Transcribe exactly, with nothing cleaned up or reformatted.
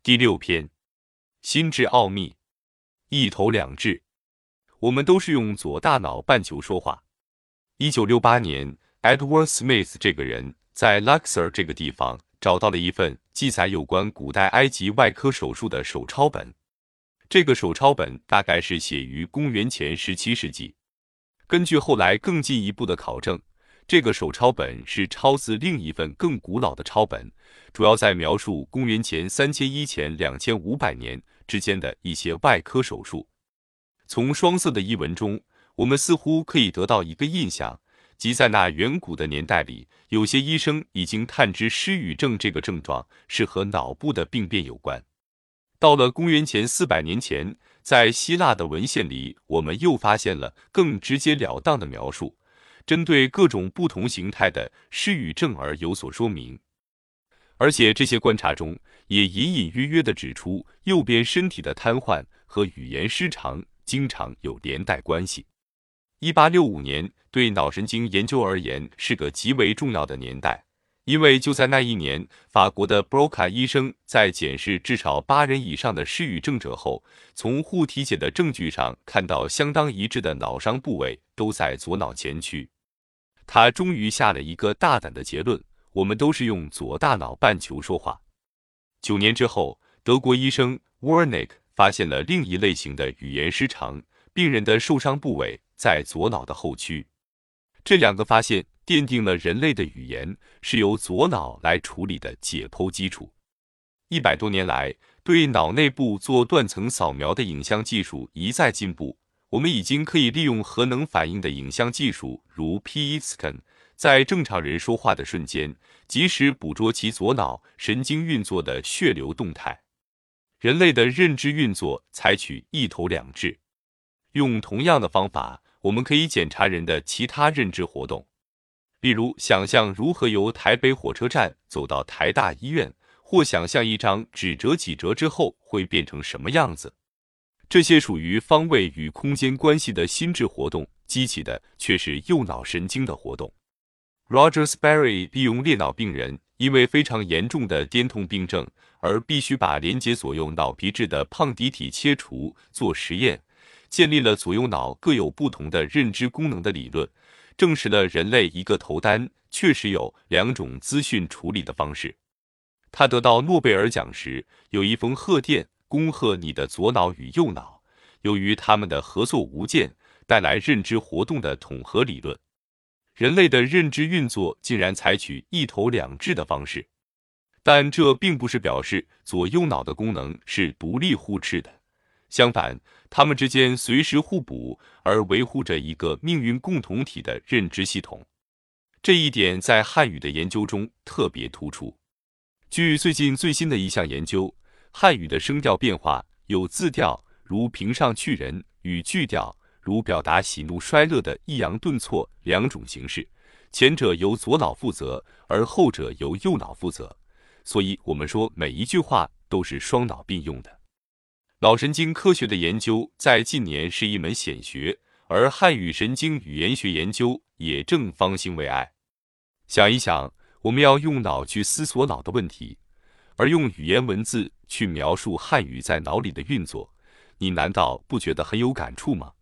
第六篇，心智奥秘，一头两智。我们都是用左大脑半球说话。一九六八年 ，Edward Smith 这个人在 Luxor 这个地方找到了一份记载有关古代埃及外科手术的手抄本。这个手抄本大概是写于公元前十七世纪。根据后来更进一步的考证，这个手抄本是抄自另一份更古老的抄本，主要在描述公元前三千一前两千五百年之间的一些外科手术。从双色的译文中，我们似乎可以得到一个印象，即在那远古的年代里，有些医生已经探知失语症这个症状是和脑部的病变有关。到了公元前四百年前，在希腊的文献里，我们又发现了更直截了当的描述，针对各种不同形态的失语症而有所说明。而且这些观察中也隐隐约约地指出，右边身体的瘫痪和语言失常经常有连带关系。一八六五年对脑神经研究而言是个极为重要的年代，因为就在那一年，法国的 Broca 医生在检视至少八人以上的失语症者后，从互体检的证据上看到相当一致的脑伤部位都在左脑前区。他终于下了一个大胆的结论：我们都是用左大脑半球说话。九年之后，德国医生 Wernicke 发现了另一类型的语言失常，病人的受伤部位在左脑的后区。这两个发现奠定了人类的语言是由左脑来处理的解剖基础。一百多年来，对脑内部做断层扫描的影像技术一再进步，我们已经可以利用核能反应的影像技术，如 P E T scan， 在正常人说话的瞬间，及时捕捉其左脑神经运作的血流动态。人类的认知运作采取一头两智，用同样的方法，我们可以检查人的其他认知活动，例如想象如何由台北火车站走到台大医院，或想象一张纸折几折之后会变成什么样子。这些属于方位与空间关系的心智活动，激起的却是右脑神经的活动。Roger Sperry 利用裂脑病人因为非常严重的颠痛病症而必须把连接左右脑皮质的胖底体切除做实验，建立了左右脑各有不同的认知功能的理论，证实了人类一个头单确实有两种资讯处理的方式。他得到诺贝尔奖时，有一封贺电恭贺你的左脑与右脑，由于他们的合作无间，带来认知活动的统合理论。人类的认知运作竟然采取一头两智的方式，但这并不是表示左右脑的功能是独立互斥的，相反，它们之间随时互补，而维护着一个命运共同体的认知系统。这一点在汉语的研究中特别突出。据最近最新的一项研究，汉语的声调变化有字调如平上去人与句调如表达喜怒衰乐的抑扬顿挫两种形式，前者由左脑负责，而后者由右脑负责。所以我们说每一句话都是双脑并用的。脑神经科学的研究在近年是一门显学，而汉语神经语言学研究也正方兴未艾。想一想，我们要用脑去思索脑的问题，而用语言文字去描述汉语在脑里的运作，你难道不觉得很有感触吗？